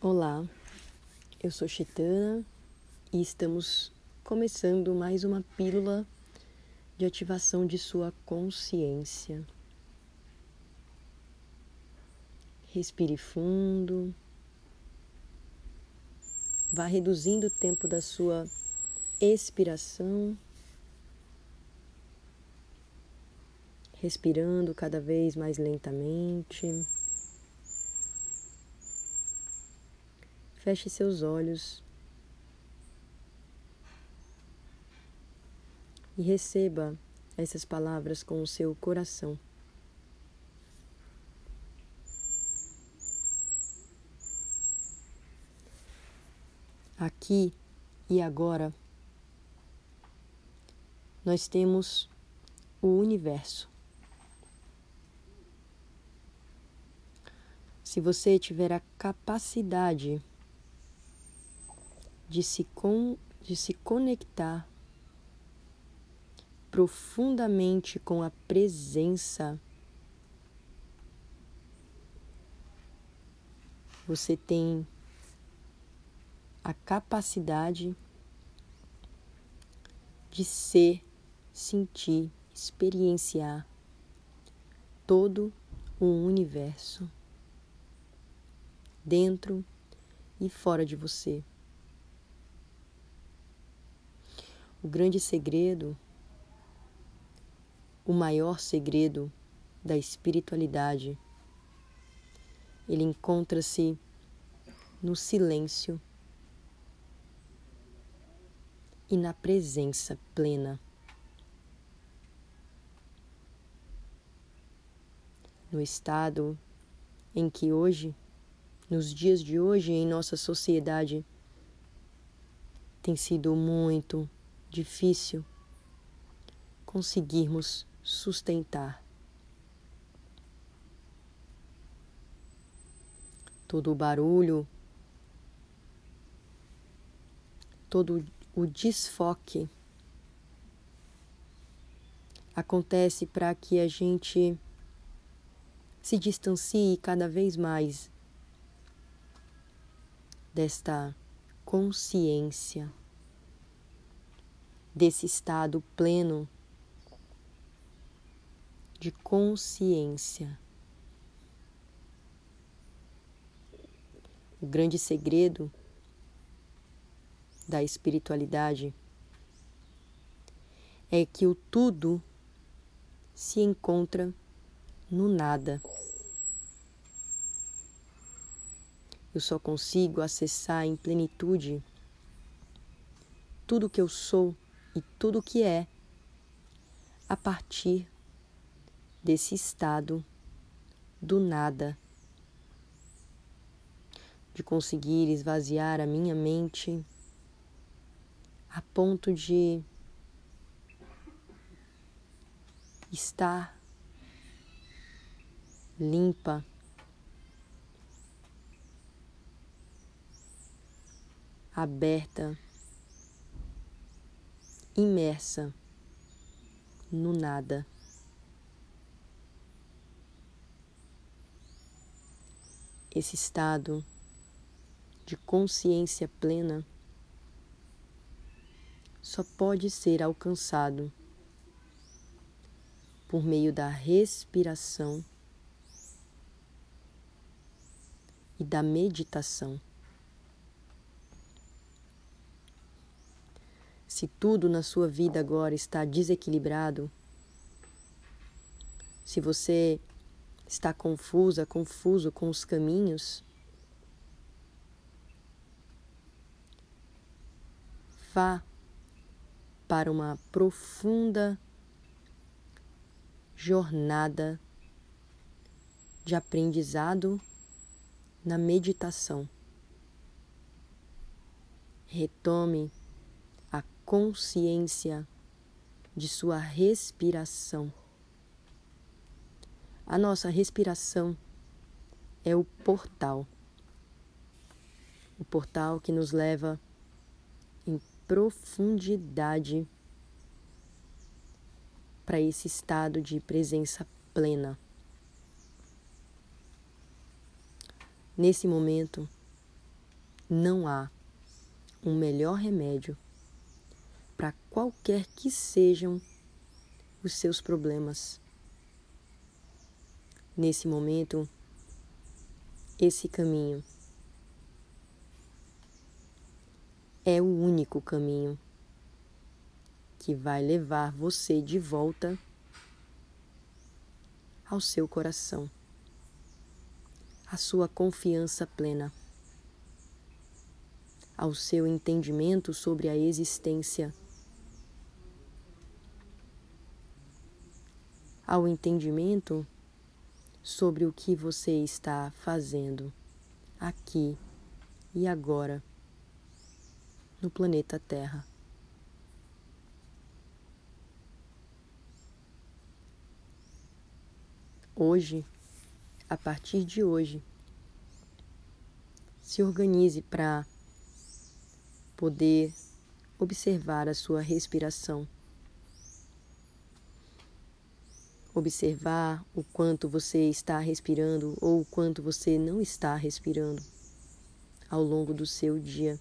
Olá, eu sou Chaitana e estamos começando mais uma pílula de ativação de sua consciência. Respire fundo, vá reduzindo o tempo da sua expiração, respirando cada vez mais lentamente. Feche seus olhos e receba essas palavras com o seu coração. Aqui e agora, nós temos o universo. Se você tiver a capacidade de se conectar profundamente com a presença, você tem a capacidade de ser, sentir, experienciar todo o universo dentro e fora de você. O grande segredo, o maior segredo da espiritualidade, ele encontra-se no silêncio e na presença plena. No estado em que hoje, nos dias de hoje, em nossa sociedade, tem sido muito difícil conseguirmos sustentar todo o barulho, todo o desfoque acontece para que a gente se distancie cada vez mais desta consciência, desse estado pleno de consciência. O grande segredo da espiritualidade é que o tudo se encontra no nada. Eu só consigo acessar em plenitude tudo que eu sou e tudo que é a partir desse estado do nada, de conseguir esvaziar a minha mente a ponto de estar limpa, aberta, imersa no nada. Esse estado de consciência plena só pode ser alcançado por meio da respiração e da meditação. Se tudo na sua vida agora está desequilibrado, se você está confuso com os caminhos, vá para uma profunda jornada de aprendizado na meditação. Retome a consciência de sua respiração. A nossa respiração é o portal que nos leva em profundidade para esse estado de presença plena. Nesse momento, não há um melhor remédio para qualquer que sejam os seus problemas. Nesse momento, esse caminho é o único caminho que vai levar você de volta ao seu coração, à sua confiança plena, ao seu entendimento sobre a existência, ao entendimento sobre o que você está fazendo aqui e agora no planeta Terra. Hoje, a partir de hoje, se organize para poder observar a sua respiração. Observar o quanto você está respirando ou o quanto você não está respirando ao longo do seu dia.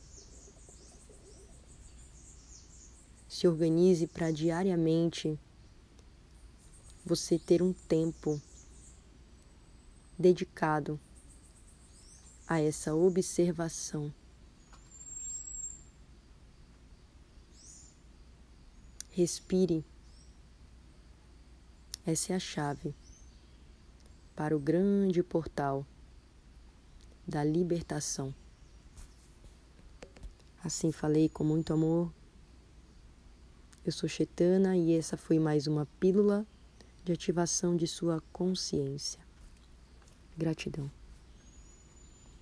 Se organize para diariamente você ter um tempo dedicado a essa observação. Respire. Essa é a chave para o grande portal da libertação. Assim falei com muito amor. Eu sou Chetana e essa foi mais uma pílula de ativação de sua consciência. Gratidão.